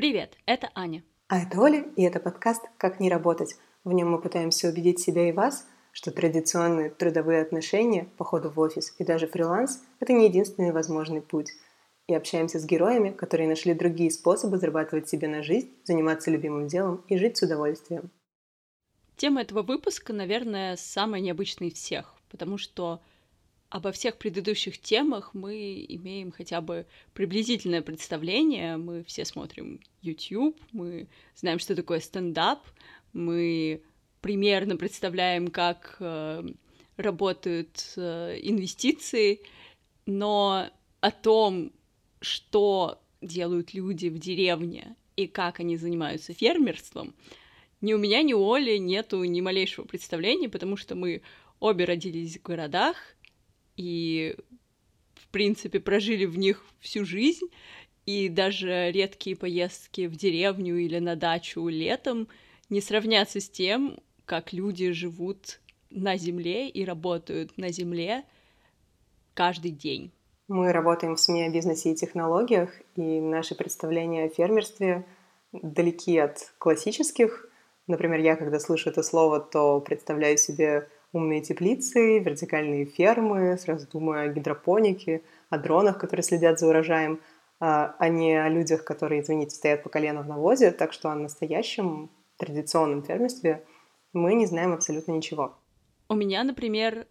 Привет, это Аня. А это Оля, и это подкаст «Как не работать». В нем мы пытаемся убедить себя и вас, что традиционные трудовые отношения, походы в офис и даже фриланс– это не единственный возможный путь. И общаемся с героями, которые нашли другие способы зарабатывать себе на жизнь, заниматься любимым делом и жить с удовольствием. Тема этого выпуска, наверное, самая необычная из всех, потому что обо всех предыдущих темах мы имеем хотя бы приблизительное представление. Мы все смотрим YouTube, мы знаем, что такое стендап, мы примерно представляем, как работают инвестиции, но о том, что делают люди в деревне и как они занимаются фермерством, ни у меня, ни у Оли нету ни малейшего представления, потому что мы обе родились в городах и, в принципе, прожили в них всю жизнь, и даже редкие поездки в деревню или на дачу летом не сравнятся с тем, как люди живут на земле и работают на земле каждый день. Мы работаем в СМИ о бизнесе и технологиях, и наши представления о фермерстве далеки от классических. Например, я, когда слышу это слово, то представляю себе умные теплицы, вертикальные фермы, сразу думаю о гидропонике, о дронах, которые следят за урожаем, а не о людях, которые, извините, стоят по колено в навозе. Так что о настоящем традиционном фермерстве мы не знаем абсолютно ничего. У меня, например,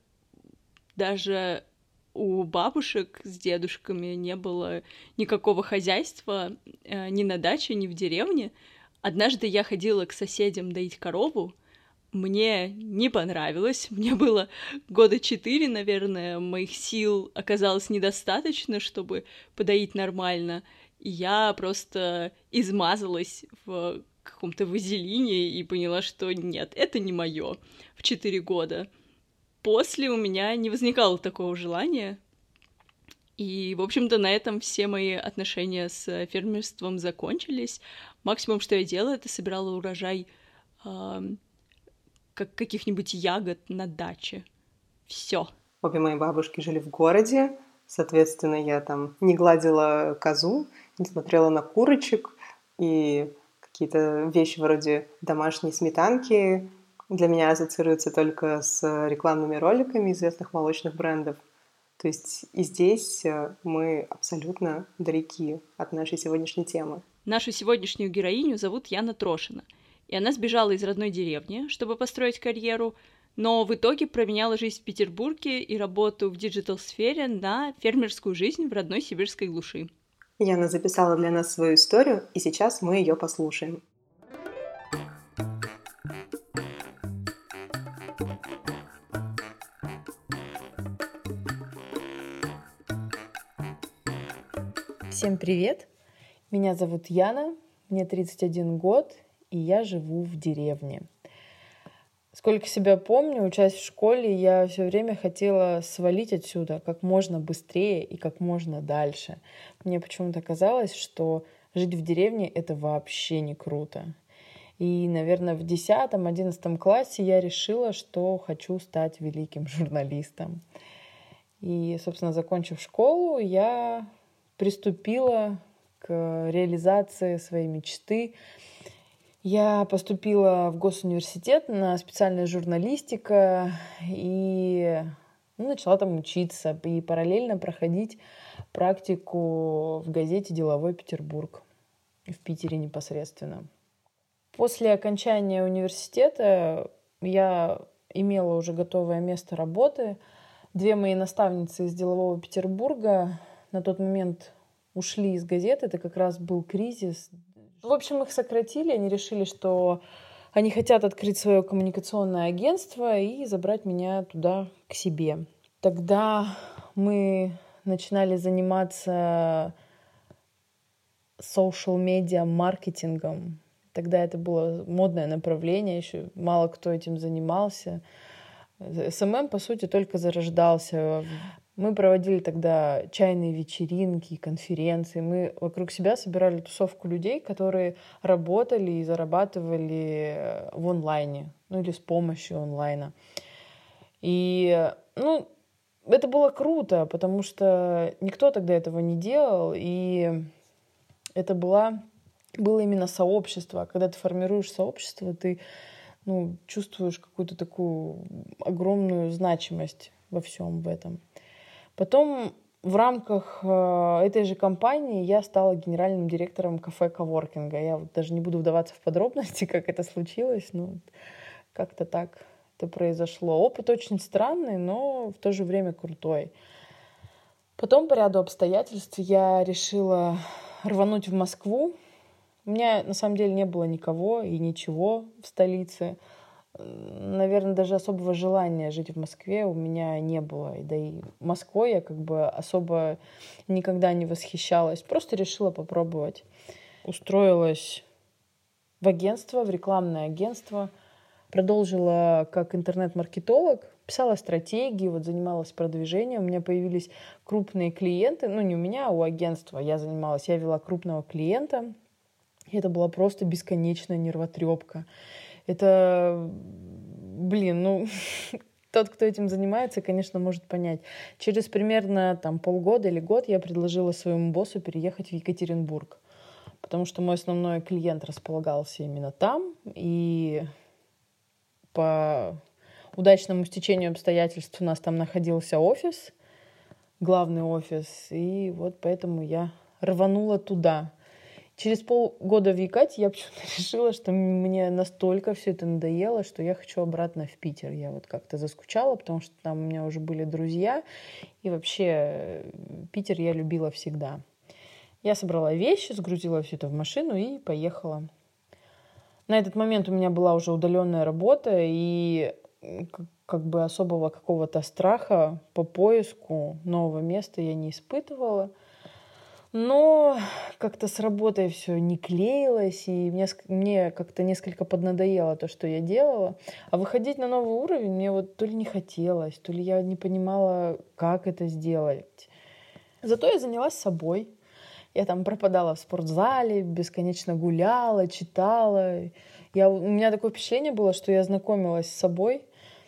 даже у бабушек с дедушками не было никакого хозяйства ни на даче, ни в деревне. Однажды я ходила к соседям доить корову, мне не понравилось, мне было 4 года, наверное, моих сил оказалось недостаточно, чтобы подоить нормально, и я просто измазалась в каком-то вазелине и поняла, что нет, это не моё в 4 года. После у меня не возникало такого желания, и, в общем-то, на этом все мои отношения с фермерством закончились. Максимум, что я делала, это собирала урожай как каких-нибудь ягод на даче. Всё. Обе мои бабушки жили в городе, соответственно, я там не гладила козу, не смотрела на курочек, и какие-то вещи вроде домашней сметанки для меня ассоциируются только с рекламными роликами известных молочных брендов. То есть и здесь мы абсолютно далеки от нашей сегодняшней темы. Нашу сегодняшнюю героиню зовут Яна Трошина, и она сбежала из родной деревни, чтобы построить карьеру, но в итоге променяла жизнь в Петербурге и работу в диджитал-сфере на фермерскую жизнь в родной сибирской глуши. Яна записала для нас свою историю, и сейчас мы ее послушаем. Всем привет! Меня зовут Яна, мне 31 год, и я живу в деревне. Сколько себя помню, учась в школе, я все время хотела свалить отсюда как можно быстрее и как можно дальше. Мне почему-то казалось, что жить в деревне — это вообще не круто. И, наверное, в 10-11 классе я решила, что хочу стать великим журналистом. И, собственно, закончив школу, я приступила к реализации своей мечты. Я поступила в госуниверситет на специальность журналистика и начала там учиться и параллельно проходить практику в газете «Деловой Петербург» в Питере непосредственно. После окончания университета я имела уже готовое место работы. 2 мои наставницы из «Делового Петербурга» на тот момент ушли из газеты, это как раз был кризис. В общем, их сократили, они решили, что они хотят открыть свое коммуникационное агентство и забрать меня туда к себе. Тогда мы начинали заниматься social-медиа маркетингом. Тогда это было модное направление, еще мало кто этим занимался. СММ, по сути, только зарождался. Мы проводили тогда чайные вечеринки, конференции. Мы вокруг себя собирали тусовку людей, которые работали и зарабатывали в онлайне, или с помощью онлайна. И, это было круто, потому что никто тогда этого не делал, и это была было именно сообщество. Когда ты формируешь сообщество, ты чувствуешь какую-то такую огромную значимость во всем в этом. Потом в рамках этой же компании я стала генеральным директором кафе коворкинга. Я вот даже не буду вдаваться в подробности, как это случилось, но как-то так это произошло. Опыт очень странный, но в то же время крутой. Потом по ряду обстоятельств я решила рвануть в Москву. У меня на самом деле не было никого и ничего в столице. Наверное, даже особого желания жить в Москве у меня не было. Да и Москвой я как бы особо никогда не восхищалась. Просто решила попробовать. Устроилась в агентство, в рекламное агентство. Продолжила как интернет-маркетолог. Писала стратегии, занималась продвижением. У меня появились крупные клиенты. Не у меня, а у агентства я вела крупного клиента. И это была просто бесконечная нервотрепка. Это, тот, кто этим занимается, конечно, может понять. Через примерно полгода или год я предложила своему боссу переехать в Екатеринбург, потому что мой основной клиент располагался именно там, и по удачному стечению обстоятельств у нас там находился офис, главный офис, и поэтому я рванула туда. Через полгода в Екате я почему-то решила, что мне настолько все это надоело, что я хочу обратно в Питер. Я как-то заскучала, потому что там у меня уже были друзья. И вообще Питер я любила всегда. Я собрала вещи, сгрузила все это в машину и поехала. На этот момент у меня была уже удаленная работа, и особого какого-то страха по поиску нового места я не испытывала. Но как-то с работой все не клеилось, и мне как-то несколько поднадоело то, что я делала. А выходить на новый уровень мне то ли не хотелось, то ли я не понимала, как это сделать. Зато я занялась собой. Я там пропадала в спортзале, бесконечно гуляла, читала. У меня такое впечатление было, что я знакомилась с собой,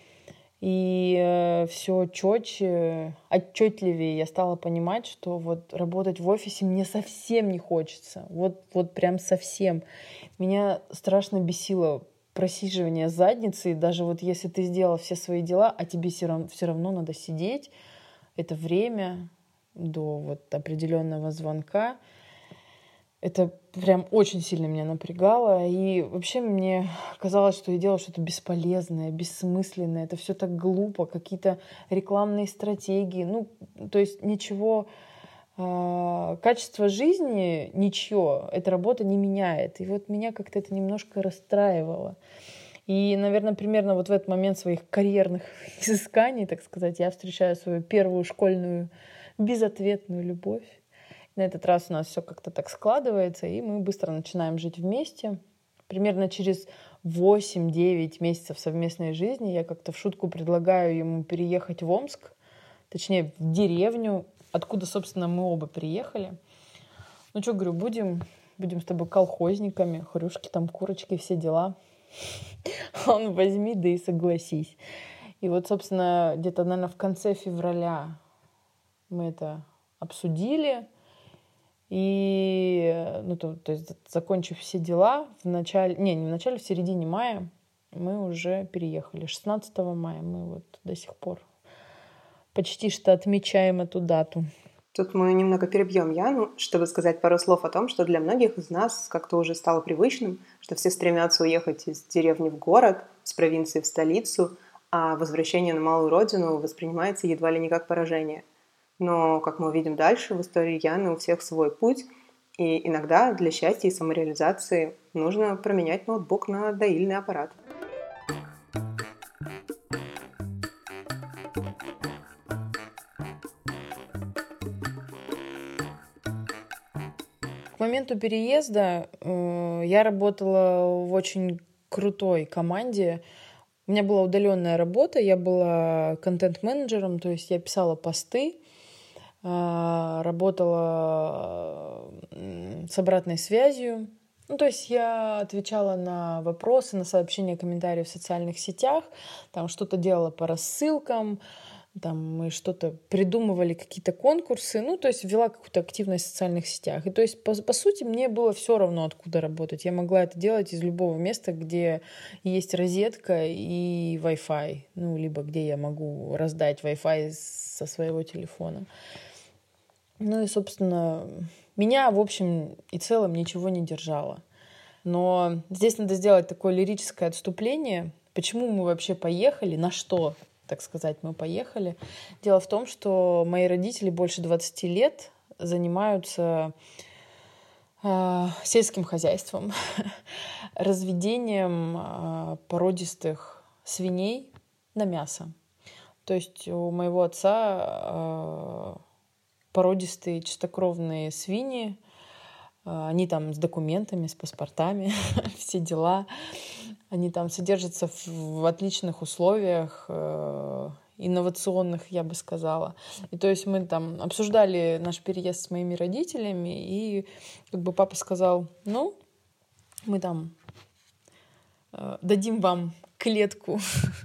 и все четче, отчетливее я стала понимать, что работать в офисе мне совсем не хочется. Прям совсем. Меня страшно бесило просиживание задницы. И даже если ты сделал все свои дела, а тебе все равно надо сидеть это время до определенного звонка. Это прям очень сильно меня напрягало. И вообще мне казалось, что я делаю что-то бесполезное, бессмысленное. Это все так глупо. Какие-то рекламные стратегии. То есть ничего... Качество жизни ничье эта работа не меняет. И меня как-то это немножко расстраивало. И, наверное, примерно в этот момент своих карьерных изысканий, так сказать, я встречаю свою первую школьную безответную любовь. На этот раз у нас все как-то так складывается, и мы быстро начинаем жить вместе. Примерно через 8-9 месяцев совместной жизни я как-то в шутку предлагаю ему переехать в Омск, точнее, в деревню, откуда, собственно, мы оба приехали. Говорю, будем с тобой колхозниками, хрюшки, курочки, все дела. Он возьми, да и согласись. И собственно, где-то, наверное, в конце февраля мы это обсудили. И, то есть, закончив все дела, в середине мая мы уже переехали. 16 мая мы до сих пор почти что отмечаем эту дату. Тут мы немного перебьем Яну, чтобы сказать пару слов о том, что для многих из нас как-то уже стало привычным, что все стремятся уехать из деревни в город, с провинции в столицу, а возвращение на малую родину воспринимается едва ли не как поражение. Но, как мы увидим дальше, в истории Яны у всех свой путь, и иногда для счастья и самореализации нужно променять ноутбук на доильный аппарат. К моменту переезда я работала в очень крутой команде. У меня была удаленная работа, я была контент-менеджером, то есть я писала посты, работала с обратной связью. То есть я отвечала на вопросы, на сообщения, комментарии в социальных сетях, там что-то делала по рассылкам, Там мы что-то придумывали, какие-то конкурсы, ну, то есть вела какую-то активность в социальных сетях. И то есть, по сути, мне было все равно, откуда работать. Я могла это делать из любого места, где есть розетка и Wi-Fi, ну, либо где я могу раздать Wi-Fi со своего телефона. Ну и, собственно, меня, в общем и целом, ничего не держало. Но здесь надо сделать такое лирическое отступление. Почему мы вообще поехали, на что, так сказать, мы поехали. Дело в том, что мои родители больше 20 лет занимаются сельским хозяйством, разведением породистых свиней на мясо. То есть у моего отца породистые чистокровные свиньи, они там с документами, с паспортами, все дела. Они там содержатся в отличных условиях, инновационных, я бы сказала. И то есть мы там обсуждали наш переезд с моими родителями, и как бы папа сказал, ну, мы там дадим вам клетку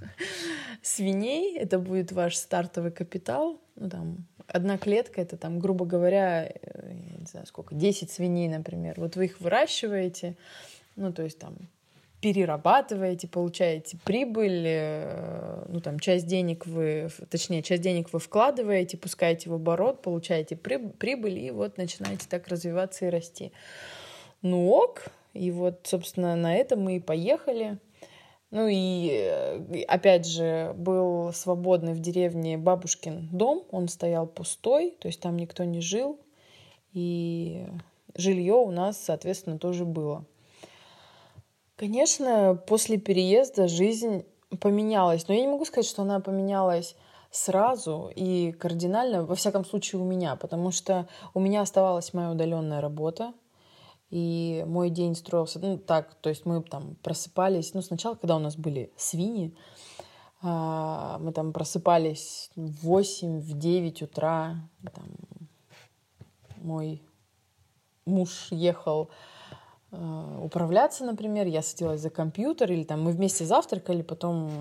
свиней, это будет ваш стартовый капитал. Ну, там, одна клетка, это там, грубо говоря, я не знаю сколько, 10 свиней, например. Вот вы их выращиваете, ну, то есть там перерабатываете, получаете прибыль, ну, там, часть денег вы вкладываете, пускаете в оборот, получаете прибыль, и вот начинаете так развиваться и расти. Ну ок, и вот, собственно, на этом мы и поехали. Ну и, опять же, был свободный в деревне бабушкин дом, он стоял пустой, то есть там никто не жил, и жилье у нас, соответственно, тоже было. Конечно, после переезда жизнь поменялась, но я не могу сказать, что она поменялась сразу и кардинально, во всяком случае у меня, потому что у меня оставалась моя удаленная работа, и мой день строился, ну, так, то есть мы там просыпались, ну, сначала, когда у нас были свиньи, мы там просыпались в 8, в 9 утра, там, мой муж ехал управляться, например, я садилась за компьютер, или там мы вместе завтракали, потом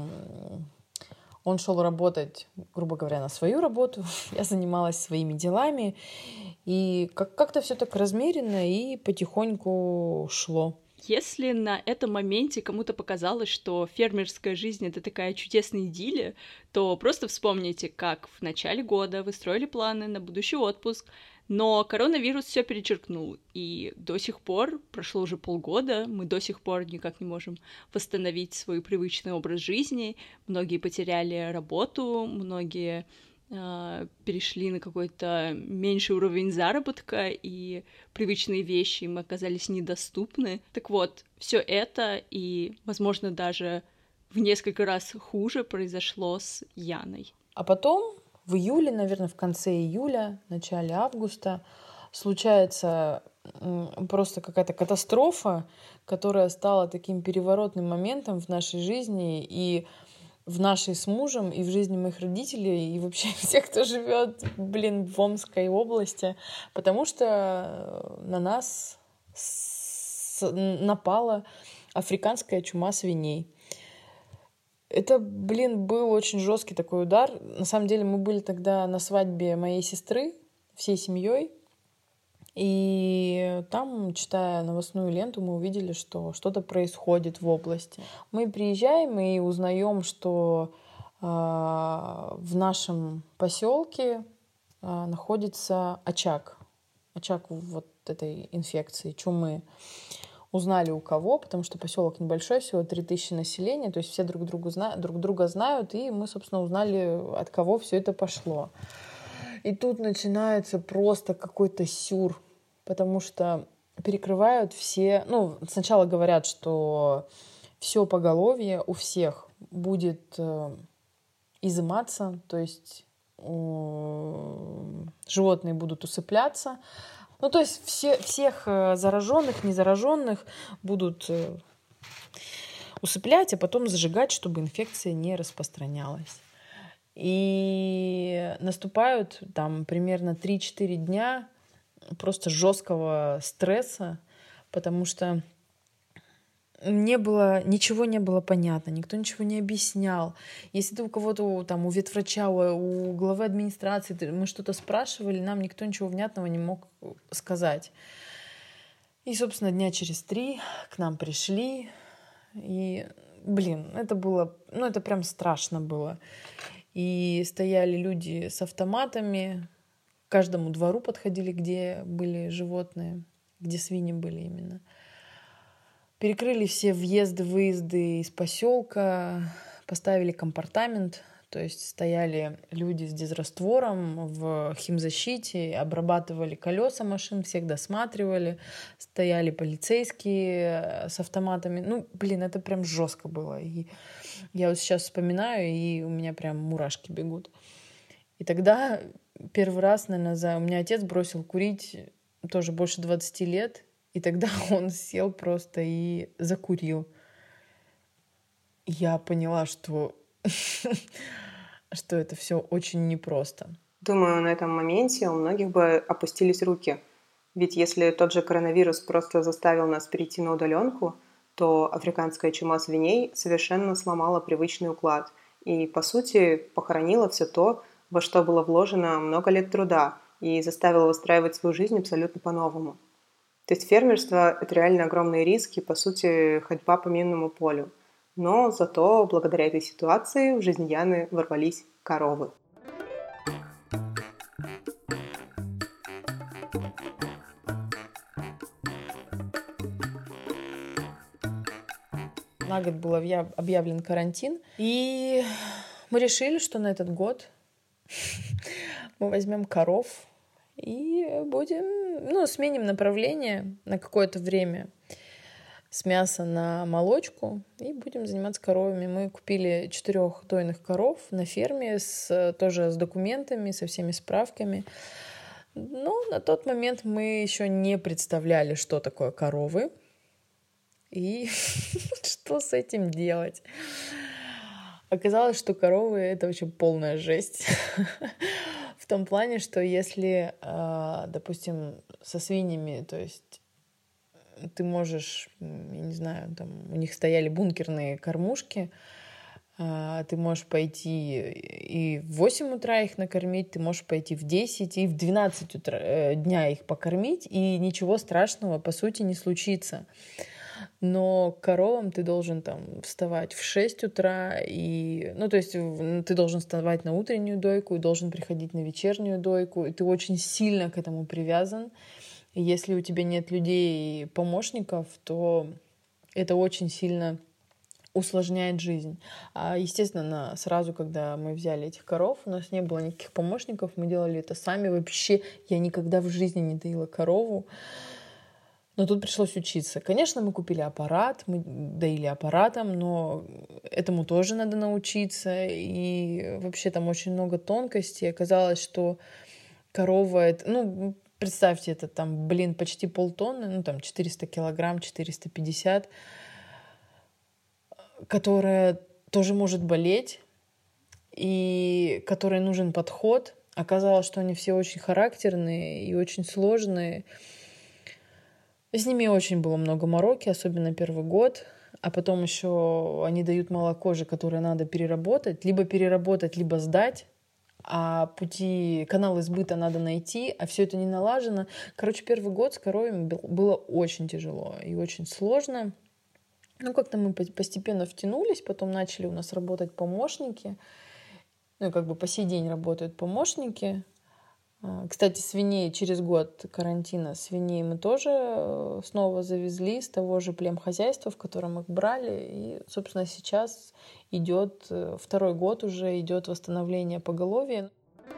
он шел работать, грубо говоря, на свою работу, я занималась своими делами, и как-то все так размеренно и потихоньку шло. Если на этом моменте кому-то показалось, что фермерская жизнь — это такая чудесная идиллия, то просто вспомните, как в начале года вы строили планы на будущий отпуск, но коронавирус все перечеркнул, и до сих пор, прошло уже полгода, мы до сих пор никак не можем восстановить свой привычный образ жизни. Многие потеряли работу, многие перешли на какой-то меньший уровень заработка, и привычные вещи им оказались недоступны. Так вот, все это и, возможно, даже в несколько раз хуже произошло с Яной. А потом в июле, наверное, в конце июля, начале августа случается просто какая-то катастрофа, которая стала таким переворотным моментом в нашей жизни и в нашей с мужем, и в жизни моих родителей, и вообще всех, кто живет, в Омской области, потому что на нас напала африканская чума свиней. Это, был очень жесткий такой удар. На самом деле мы были тогда на свадьбе моей сестры всей семьей. И там, читая новостную ленту, мы увидели, что что-то происходит в области. Мы приезжаем и узнаем, что в нашем поселке находится очаг. Очаг вот этой инфекции, чумы. Узнали у кого, потому что поселок небольшой, всего 3000 населения, то есть все друг друга знают, и мы, собственно, узнали, от кого все это пошло. И тут начинается просто какой-то сюр, потому что перекрывают все... Ну, сначала говорят, что все поголовье у всех будет изыматься, то есть животные будут усыпляться. Ну, то есть всех зараженных, незараженных будут усыплять, а потом зажигать, чтобы инфекция не распространялась. И наступают там примерно 3-4 дня просто жесткого стресса, потому что ничего не было понятно, никто ничего не объяснял. Если ты у кого-то, там, у ветврача, у главы администрации, мы что-то спрашивали, нам никто ничего внятного не мог сказать. И, собственно, дня через 3 к нам пришли, и, это было, это прям страшно было. И стояли люди с автоматами, к каждому двору подходили, где были животные, где свиньи были именно. Перекрыли все въезды, выезды из поселка, поставили компартамент, то есть стояли люди с дезраствором в химзащите, обрабатывали колеса машин, всех досматривали, стояли полицейские с автоматами. Это прям жестко было. И я вот сейчас вспоминаю, и у меня прям мурашки бегут. И тогда первый раз, наверное, у меня отец бросил курить тоже больше 20 лет, и тогда он сел просто и закурил. Я поняла, что это все очень непросто. Думаю, на этом моменте у многих бы опустились руки. Ведь если тот же коронавирус просто заставил нас перейти на удаленку, то африканская чума свиней совершенно сломала привычный уклад и, по сути, похоронила все то, во что было вложено много лет труда, и заставила выстраивать свою жизнь абсолютно по-новому. То есть фермерство – это реально огромные риски, по сути, ходьба по минному полю. Но зато благодаря этой ситуации в жизнь Яны ворвались коровы. На год был объявлен карантин, и мы решили, что на этот год мы возьмем коров и сменим направление на какое-то время с мяса на молочку и будем заниматься коровами. Мы купили 4 дойных коров на ферме тоже с документами, со всеми справками. Но на тот момент мы еще не представляли, что такое коровы и что с этим делать. Оказалось, что коровы — это вообще полная жесть. В том плане, что если, допустим, со свиньями, то есть ты можешь, я не знаю, там у них стояли бункерные кормушки, ты можешь пойти и в 8 утра их накормить, ты можешь пойти в 10 и в 12 дня их покормить, и ничего страшного, по сути, не случится. Но коровам ты должен там вставать в 6 утра, то есть ты должен вставать на утреннюю дойку и должен приходить на вечернюю дойку, и ты очень сильно к этому привязан. И если у тебя нет людей и помощников, то это очень сильно усложняет жизнь. Естественно, сразу, когда мы взяли этих коров, у нас не было никаких помощников, мы делали это сами. Вообще, я никогда в жизни не доила корову. Но тут пришлось учиться. Конечно, мы купили аппарат, мы доили аппаратом, но этому тоже надо научиться. И вообще там очень много тонкостей. Оказалось, что корова — это... представьте, это там, почти полтонны, 400 килограмм, 450, которая тоже может болеть, и которой нужен подход. Оказалось, что они все очень характерные и очень сложные. С ними очень было много мороки, особенно первый год. А потом еще они дают молоко же, которое надо переработать, либо сдать. А каналы сбыта надо найти, а все это не налажено. Первый год с коровами было очень тяжело и очень сложно. Как-то мы постепенно втянулись, потом начали у нас работать помощники. По сей день работают помощники. Кстати, свиней через год карантина, свиней мы тоже снова завезли с того же племхозяйства, в котором их брали. И, собственно, сейчас идет 2-й год уже идет восстановление поголовья.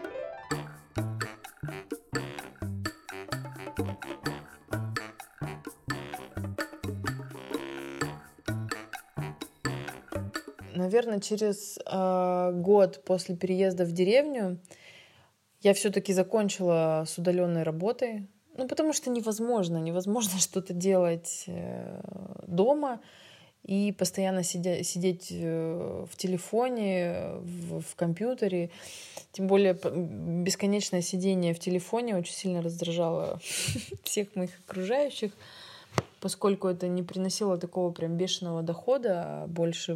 Наверное, через год после переезда в деревню я все-таки закончила с удаленной работой. Потому что невозможно что-то делать дома и постоянно сидеть в телефоне, в компьютере. Тем более бесконечное сидение в телефоне очень сильно раздражало всех моих окружающих. поскольку это не приносило такого прям бешеного дохода, а больше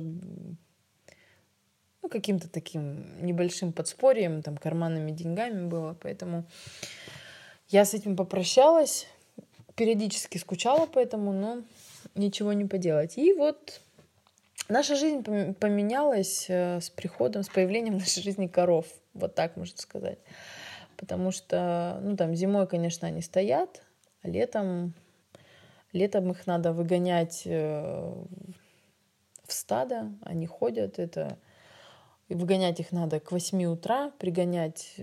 каким-то таким небольшим подспорьем, там, карманными деньгами было. Поэтому я с этим попрощалась, периодически скучала по этому, но ничего не поделать. И вот наша жизнь поменялась с появлением в нашей жизни коров. Вот так можно сказать. Потому что, там зимой, конечно, они стоят, а летом их надо выгонять в стадо, они ходят, выгонять их надо к 8 утра, пригонять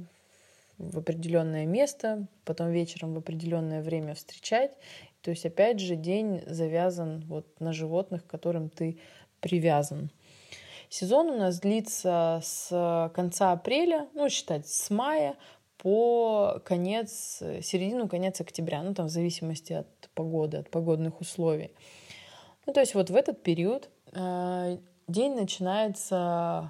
в определенное место, потом вечером в определенное время встречать. То есть, опять же, день завязан вот на животных, к которым ты привязан. Сезон у нас длится с конца апреля, считать с мая по середину, конец октября, там в зависимости от погоды, от погодных условий. То есть вот в этот период день начинается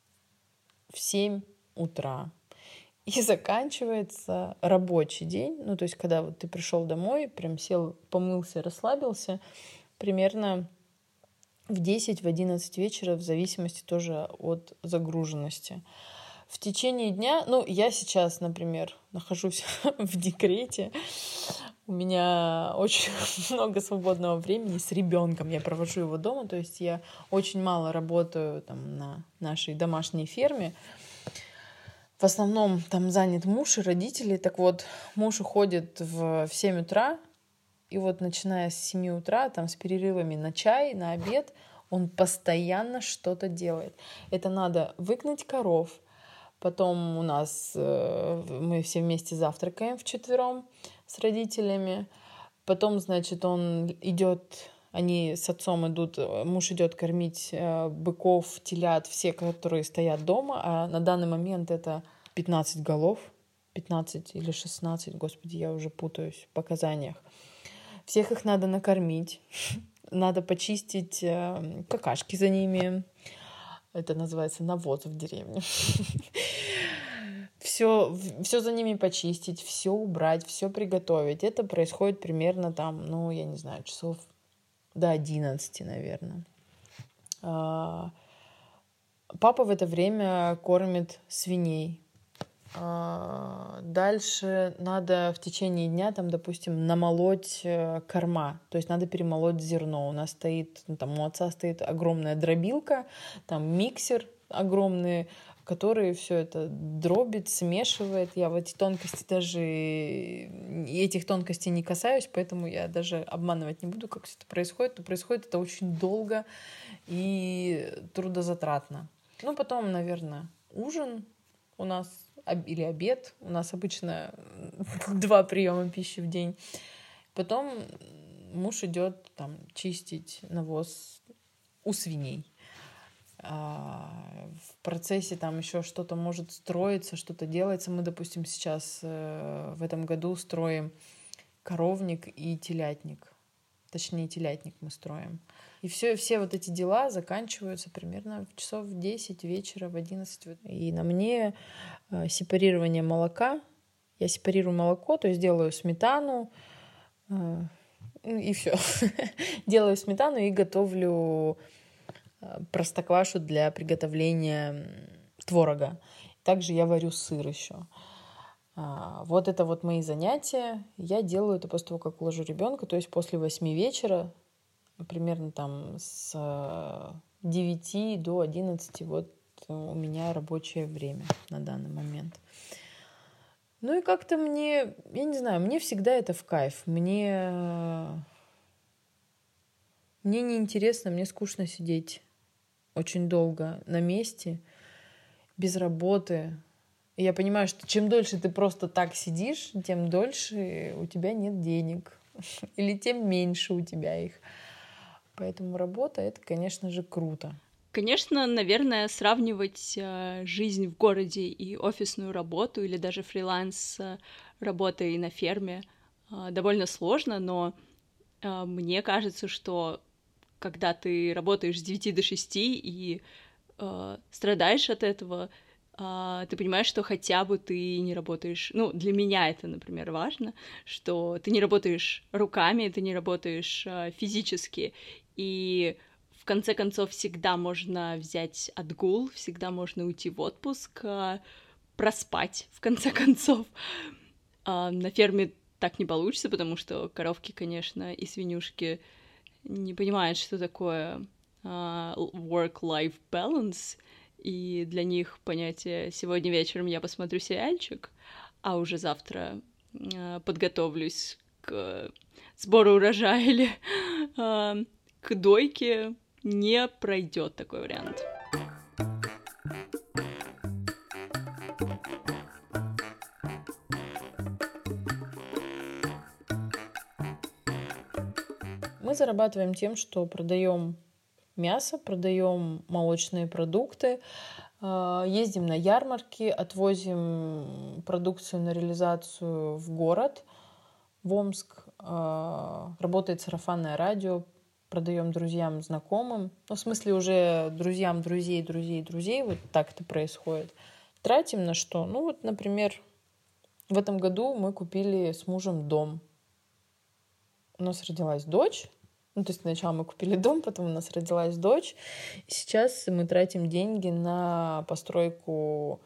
в 7 утра и заканчивается рабочий день. То есть когда вот ты пришел домой, прям сел, помылся, расслабился, примерно в 10-11 вечера, в зависимости тоже от загруженности. В течение дня, я сейчас, например, нахожусь в декрете, у меня очень много свободного времени с ребенком, я провожу его дома, то есть я очень мало работаю там на нашей домашней ферме. В основном там занят муж и родители. Так вот, муж уходит в 7 утра, и вот начиная с 7 утра, там с перерывами на чай, на обед, он постоянно что-то делает. Это надо выгнать коров. Потом у нас мы все вместе завтракаем вчетвером с родителями. Потом, значит, они с отцом идут, муж идет кормить быков, телят, все, которые стоят дома. А на данный момент это 15 голов, 15 или 16, господи, я уже путаюсь в показаниях. Всех их надо накормить, надо почистить какашки за ними. Это называется навоз в деревне. Все за ними почистить, все убрать, все приготовить. Это происходит примерно там, я не знаю, часов до 11, наверное. Папа в это время кормит свиней. Дальше надо в течение дня, там, допустим, намолоть корма, то есть надо перемолоть зерно. У нас стоит, у отца стоит огромная дробилка, там миксер огромный, который все это дробит, смешивает. Я в эти тонкости этих тонкостей не касаюсь, поэтому я даже обманывать не буду, как все это происходит. Но происходит это очень долго и трудозатратно. Потом, наверное, ужин у нас или обед. У нас обычно 2 приема пищи в день. Потом муж идет там чистить навоз у свиней. В процессе там еще что-то может строиться, что-то делается. Мы, допустим, сейчас в этом году строим коровник и телятник. Точнее, телятник мы строим. И все вот эти дела заканчиваются примерно в часов 10 вечера, в 11. И на мне сепарирование молока. Я сепарирую молоко, то есть делаю сметану и все. Делаю сметану и готовлю простоквашу для приготовления творога. Также я варю сыр еще. Вот это вот мои занятия. Я делаю это после того, как уложу ребенка, то есть после 8 вечера, примерно там с 9 до 11 вот у меня рабочее время на данный момент. И как-то я не знаю, мне всегда это в кайф. Мне неинтересно, мне скучно сидеть очень долго на месте, без работы. И я понимаю, что чем дольше ты просто так сидишь, тем дольше у тебя нет денег. Или тем меньше у тебя их. Поэтому работа — это, конечно же, круто. Конечно, наверное, сравнивать жизнь в городе и офисную работу или даже фриланс с работой на ферме довольно сложно, но мне кажется, что когда ты работаешь с 9 до 6 и страдаешь от этого, ты понимаешь, что хотя бы ты не работаешь... Ну, для меня это, например, важно, что ты не работаешь руками, ты не работаешь физически, и в конце концов всегда можно взять отгул, всегда можно уйти в отпуск, проспать, в конце концов. На ферме так не получится, потому что коровки, конечно, и свинюшки не понимают, что такое work-life balance, и для них понятие «сегодня вечером я посмотрю сериальчик», а уже завтра подготовлюсь к сбору урожая или к дойке, не пройдет такой вариант. Мы зарабатываем тем, что продаем мясо, продаем молочные продукты, ездим на ярмарки, отвозим продукцию на реализацию в город, в Омск, работает сарафанное радио, продаем друзьям, знакомым. Ну, в смысле, уже друзьям, друзей, вот так это происходит. Тратим на что? Ну, вот, например, в этом году мы купили с мужем дом. У нас родилась дочь. Ну, то есть сначала мы купили дом, потом у нас родилась дочь. И сейчас мы тратим деньги на постройку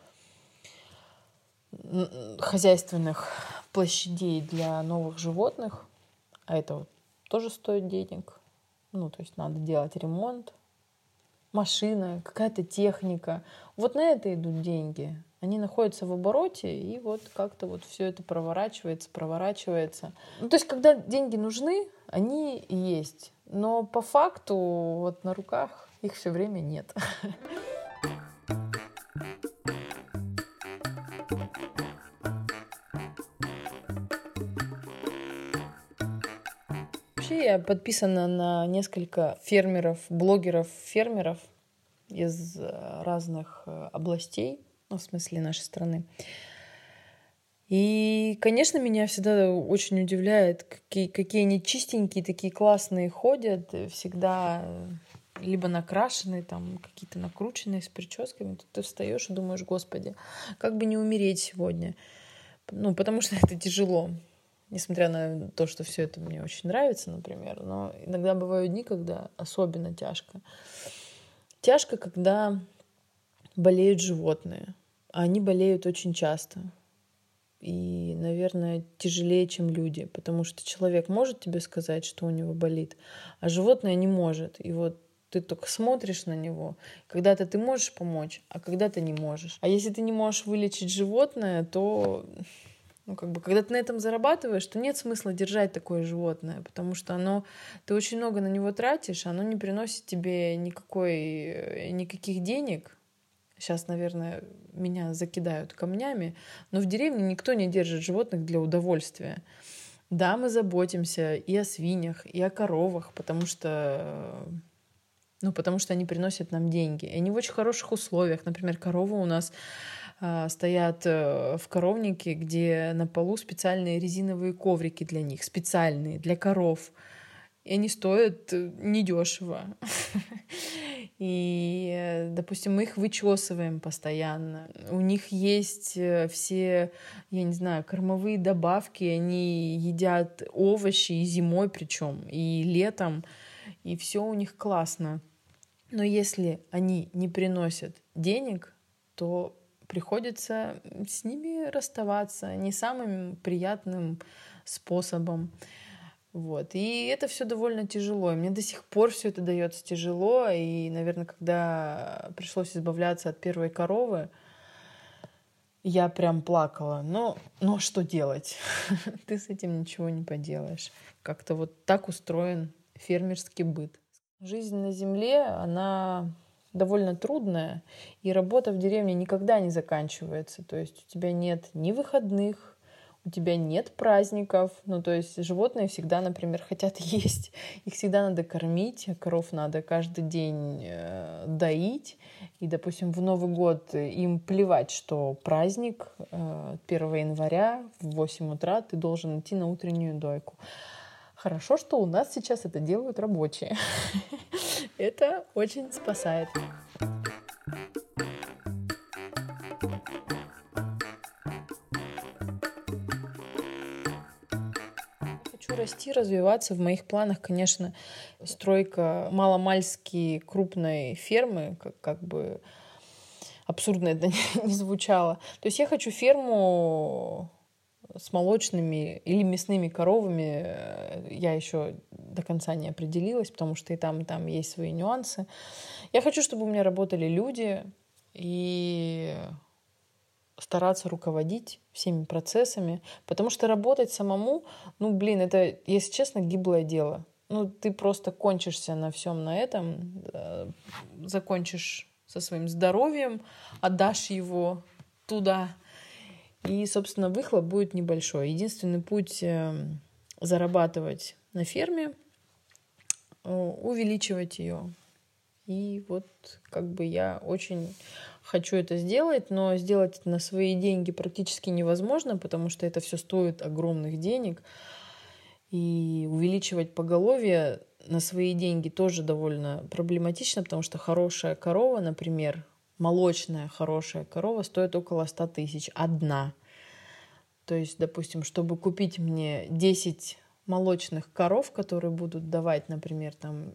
хозяйственных площадей для новых животных. А это вот тоже стоит денег. Ну, то есть надо делать ремонт. Машина, какая-то техника. Вот на это идут деньги. Они находятся в обороте, и вот как-то вот все это проворачивается. Ну, то есть, когда деньги нужны, они есть. Но по факту вот на руках их все время нет. Вообще я подписана на несколько фермеров, блогеров-фермеров из разных областей, ну, в смысле нашей страны. И, конечно, меня всегда очень удивляет, какие они чистенькие, такие классные ходят, всегда либо накрашенные, там, какие-то накрученные, с прическами. Тут ты встаешь и думаешь: Господи, как бы не умереть сегодня. Ну, потому что это тяжело. Несмотря на то, что все это мне очень нравится, например, но иногда бывают дни, когда особенно тяжко. Тяжко, когда болеют животные. А они болеют очень часто. И, наверное, тяжелее, чем люди. Потому что человек может тебе сказать, что у него болит, а животное не может. И вот ты только смотришь на него. Когда-то ты можешь помочь, а когда-то не можешь. А если ты не можешь вылечить животное, то... Ну, как бы, когда ты на этом зарабатываешь, то нет смысла держать такое животное, потому что ты очень много на него тратишь, оно не приносит тебе никаких денег. Сейчас, наверное, меня закидают камнями, но в деревне никто не держит животных для удовольствия. Да, мы заботимся и о свиньях, и о коровах, потому что они приносят нам деньги. И они в очень хороших условиях. Например, коровы у нас стоят в коровнике, где на полу специальные резиновые коврики для них, специальные, для коров. И они стоят недешево. И, допустим, мы их вычесываем постоянно. У них есть все, я не знаю, кормовые добавки. Они едят овощи и зимой причем, и летом. И все у них классно. Но если они не приносят денег, то приходится с ними расставаться не самым приятным способом. Вот. И это все довольно тяжело. И мне до сих пор все это дается тяжело. И, наверное, когда пришлось избавляться от первой коровы, я прям плакала. Но что делать? Ты с этим ничего не поделаешь. Как-то вот так устроен фермерский быт. Жизнь на земле, она довольно трудная, и работа в деревне никогда не заканчивается. То есть у тебя нет ни выходных, у тебя нет праздников. Ну, то есть животные всегда, например, хотят есть. Их всегда надо кормить, коров надо каждый день доить. И, допустим, в Новый год им плевать, что праздник 1 января в 8 утра ты должен идти на утреннюю дойку. Хорошо, что у нас сейчас это делают рабочие. Это очень спасает. расти, развиваться. В моих планах, конечно, стройка маломальски крупной фермы, как бы абсурдно это не звучало. То есть я хочу ферму с молочными или мясными коровами. Я еще до конца не определилась, потому что и там есть свои нюансы. Я хочу, чтобы у меня работали люди и стараться руководить всеми процессами, потому что работать самому, это, если честно, гиблое дело. Ты просто кончишься на всем на этом, закончишь со своим здоровьем, отдашь его туда, и, собственно, выхлоп будет небольшой. Единственный путь зарабатывать на ферме, увеличивать ее. И вот я очень хочу это сделать, но сделать это на свои деньги практически невозможно, потому что это все стоит огромных денег. И увеличивать поголовье на свои деньги тоже довольно проблематично, потому что хорошая корова, например, молочная хорошая корова стоит около 100 тысяч одна. То есть, допустим, чтобы купить мне 10 молочных коров, которые будут давать, например,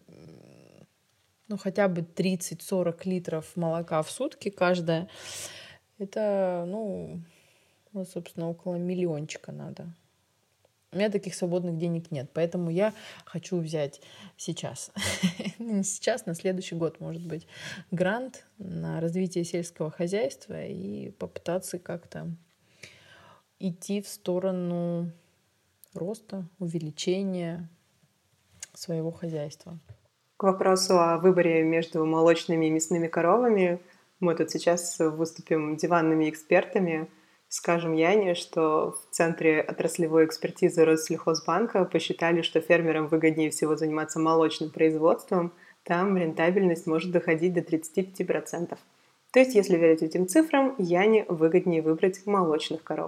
хотя бы 30-40 литров молока в сутки каждая, это, собственно, около миллиончика надо. У меня таких свободных денег нет, поэтому я хочу взять сейчас, не сейчас, на следующий год, может быть, грант на развитие сельского хозяйства и попытаться как-то идти в сторону роста, увеличения своего хозяйства. К вопросу о выборе между молочными и мясными коровами, мы тут сейчас выступим диванными экспертами. Скажем Яне, что в Центре отраслевой экспертизы Россельхозбанка посчитали, что фермерам выгоднее всего заниматься молочным производством. Там рентабельность может доходить до 35%. То есть, если верить этим цифрам, Яне выгоднее выбрать молочных коров.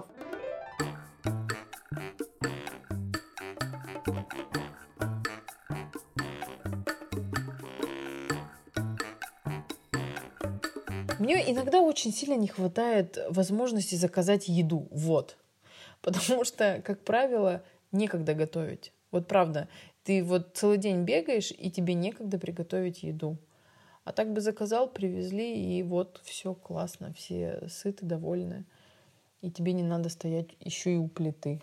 Мне иногда очень сильно не хватает возможности заказать еду, потому что, как правило, некогда готовить. Правда, ты целый день бегаешь, и тебе некогда приготовить еду. А так бы заказал, привезли, и все классно, все сыты, довольны. И тебе не надо стоять еще и у плиты.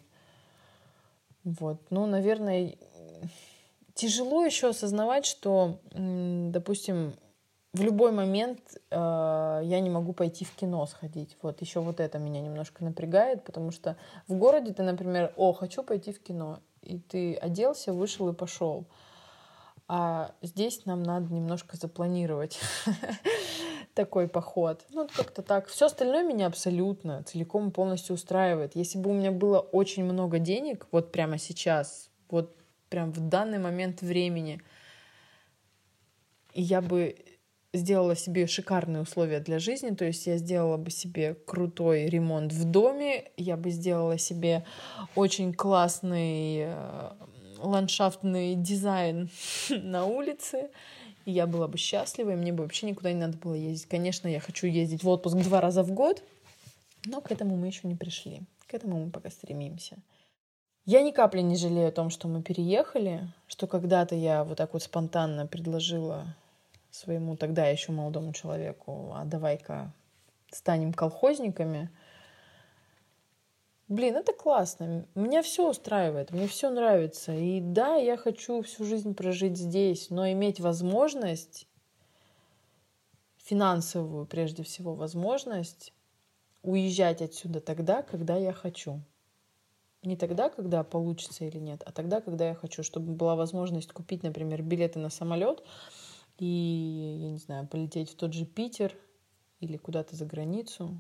Наверное, тяжело еще осознавать, что, допустим, в любой момент я не могу пойти в кино сходить. Еще это меня немножко напрягает, потому что в городе ты, например, хочу пойти в кино, и ты оделся, вышел и пошел. А здесь нам надо немножко запланировать такой поход. Как-то так. Все остальное меня абсолютно целиком и полностью устраивает. Если бы у меня было очень много денег, прямо сейчас, прям в данный момент времени, и я бы сделала себе шикарные условия для жизни, то есть я сделала бы себе крутой ремонт в доме, я бы сделала себе очень классный ландшафтный дизайн на улице, и я была бы счастлива, и мне бы вообще никуда не надо было ездить. Конечно, я хочу ездить в отпуск 2 раза в год, но к этому мы еще не пришли, к этому мы пока стремимся. Я ни капли не жалею о том, что мы переехали, что когда-то я спонтанно предложила своему тогда еще молодому человеку: а давай-ка станем колхозниками. Это классно. Меня все устраивает, мне все нравится. И да, я хочу всю жизнь прожить здесь, но иметь возможность, финансовую прежде всего возможность, уезжать отсюда тогда, когда я хочу. Не тогда, когда получится или нет, а тогда, когда я хочу, чтобы была возможность купить, например, билеты на самолет и, я не знаю, полететь в тот же Питер или куда-то за границу.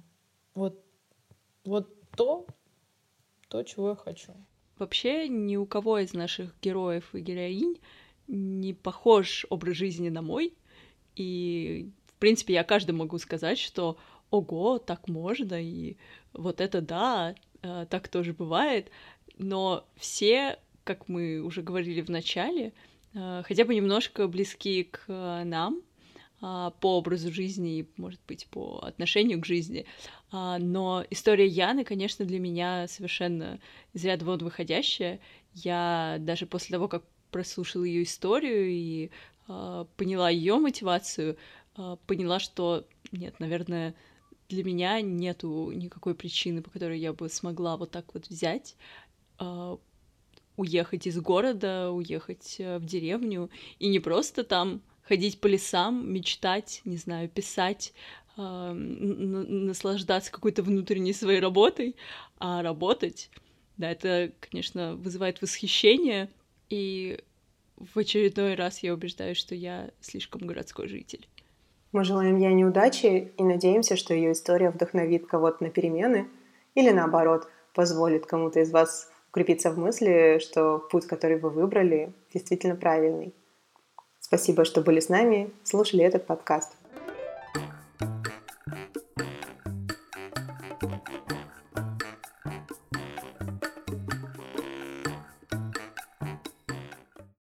То, чего я хочу. Вообще ни у кого из наших героев и героинь не похож образ жизни на мой. И, в принципе, я каждому могу сказать, что ого, так можно, и это да, так тоже бывает. Но все, как мы уже говорили в начале, хотя бы немножко близки к нам, по образу жизни и, может быть, по отношению к жизни. Но история Яны, конечно, для меня совершенно из ряда вон выходящая. Я даже после того, как прослушала ее историю и поняла ее мотивацию, поняла, что нет, наверное, для меня нету никакой причины, по которой я бы смогла вот так вот взять, уехать из города, уехать в деревню и не просто там ходить по лесам, мечтать, не знаю, писать, наслаждаться какой-то внутренней своей работой, а работать. Да, это, конечно, вызывает восхищение, и в очередной раз я убеждаюсь, что я слишком городской житель. Мы желаем Яне удачи и надеемся, что ее история вдохновит кого-то на перемены или, наоборот, позволит кому-то из вас укрепиться в мысли, что путь, который вы выбрали, действительно правильный. Спасибо, что были с нами, слушали этот подкаст.